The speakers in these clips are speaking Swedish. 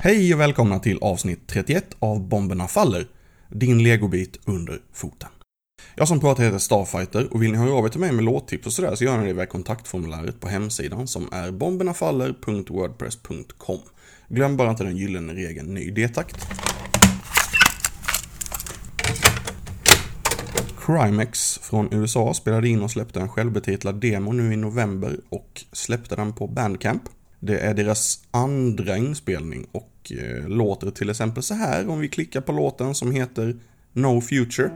Hej och välkomna till avsnitt 31 av Bomberna Faller, din legobit under foten. Jag som pratar heter Starfighter och vill ni höra av er till mig med låttips och sådär så gör ni det via kontaktformuläret på hemsidan som är bombernafaller.wordpress.com. Glöm bara inte den gyllene regeln ny D-takt. Crimex från USA spelade in och släppte en självbetitlad demo nu i november och släppte den på Bandcamp. Det är deras andra inspelning och låter till exempel så här om vi klickar på låten som heter No Future.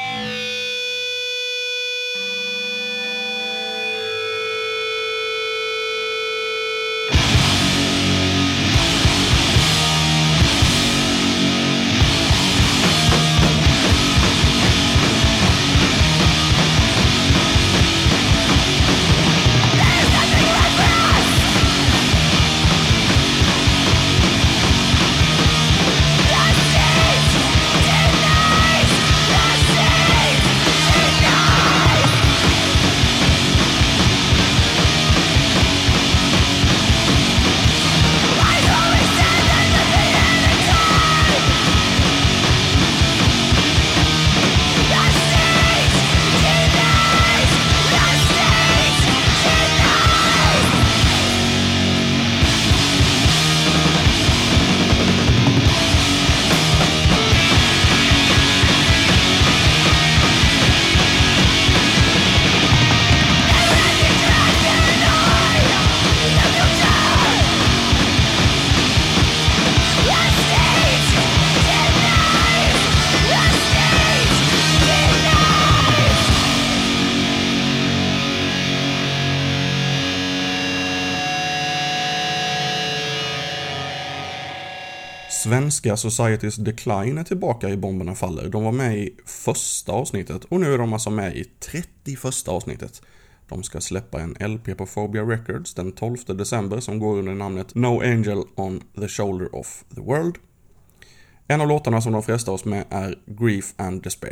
Svenska Society's Decline är tillbaka i Bomberna Faller. De var med i första avsnittet och nu är de alltså med i 31:a avsnittet. De ska släppa en LP på Phobia Records den 12 december som går under namnet No Angel on the Shoulder of the World. En av låtarna som de frestar oss med är Grief and Despair.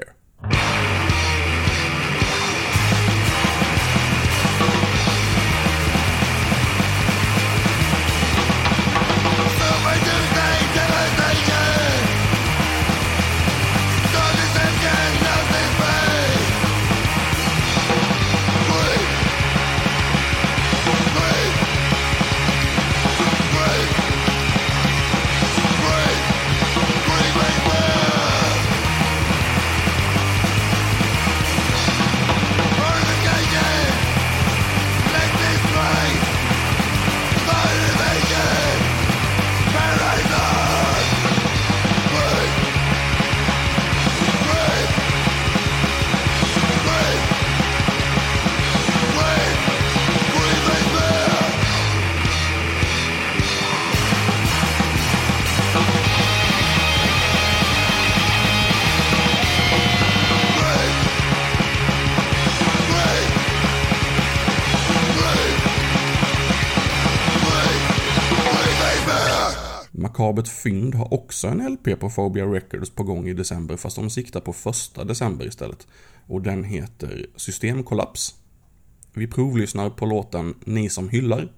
Makabert Fynd har också en LP på Phobia Records på gång i december fast de siktar på 1 december istället. Och den heter Systemkollaps. Vi provlyssnar på låten Ni som hyllar.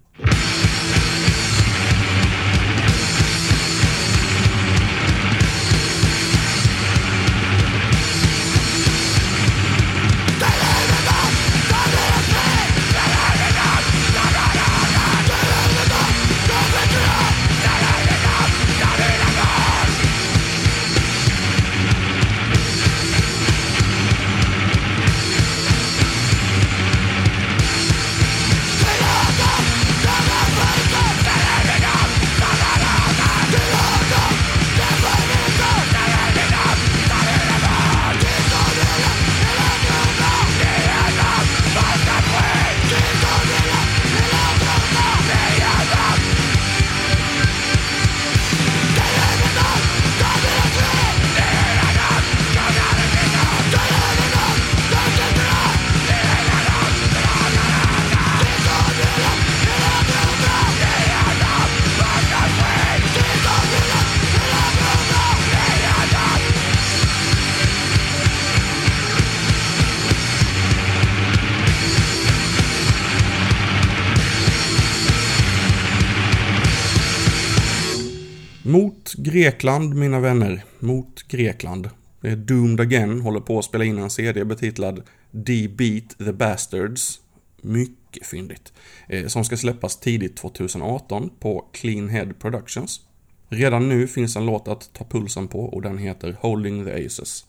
Till Mot Grekland, mina vänner. Mot Grekland. Doomed Again håller på att spela in en CD betitlad The Beat the Bastards. Mycket fyndigt. Som ska släppas tidigt 2018 på Clean Head Productions. Redan nu finns en låt att ta pulsen på och den heter Holding the Aces.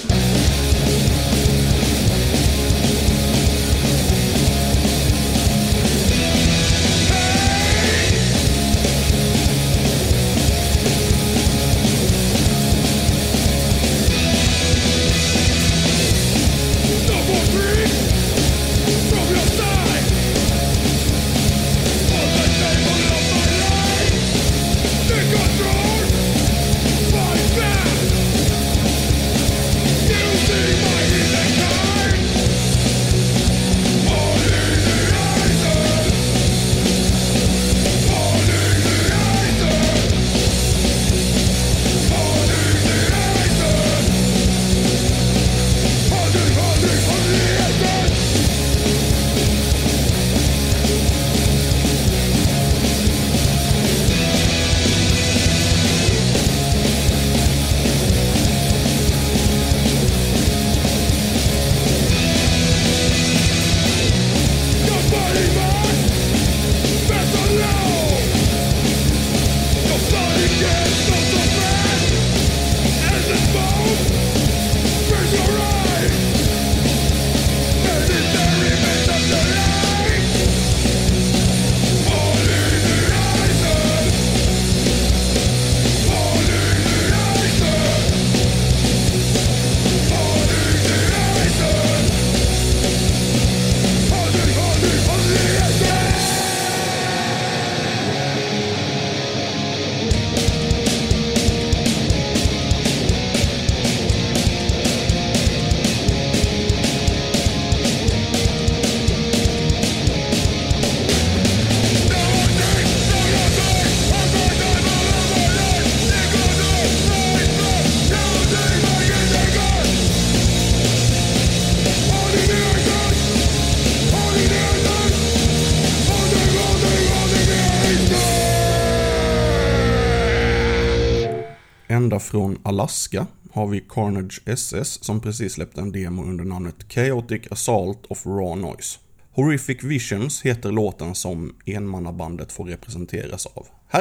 Ända från Alaska har vi Carnage SS som precis släppte en demo under namnet Chaotic Assault of Raw Noise. Horrific Visions heter låten som enmannabandet får representeras av. Här!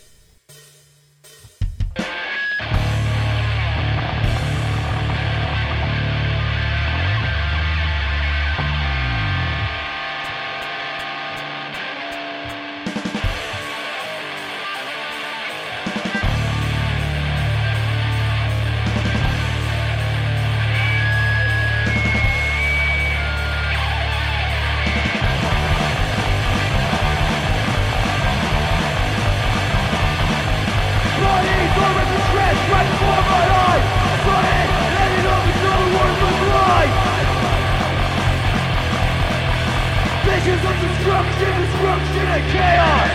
Destruction and chaos!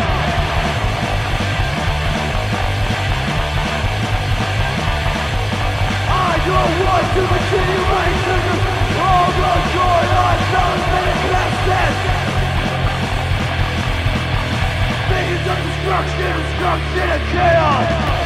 I don't want to continue racism. All the joy I found manifested. Visions of destruction and chaos.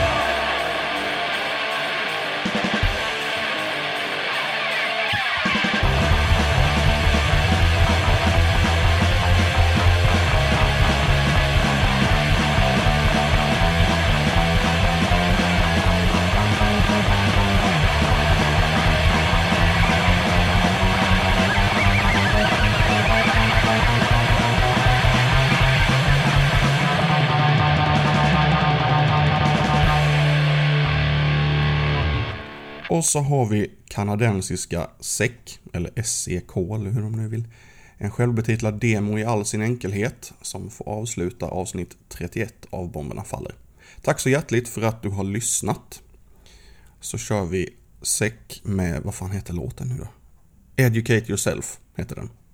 Och så har vi kanadensiska SEC, eller SEK eller hur de nu vill. En självbetitlad demo i all sin enkelhet som får avsluta avsnitt 31 av Bomberna Faller. Tack så hjärtligt för att du har lyssnat. Så kör vi SEC med, vad fan heter låten nu då? Educate Yourself heter den.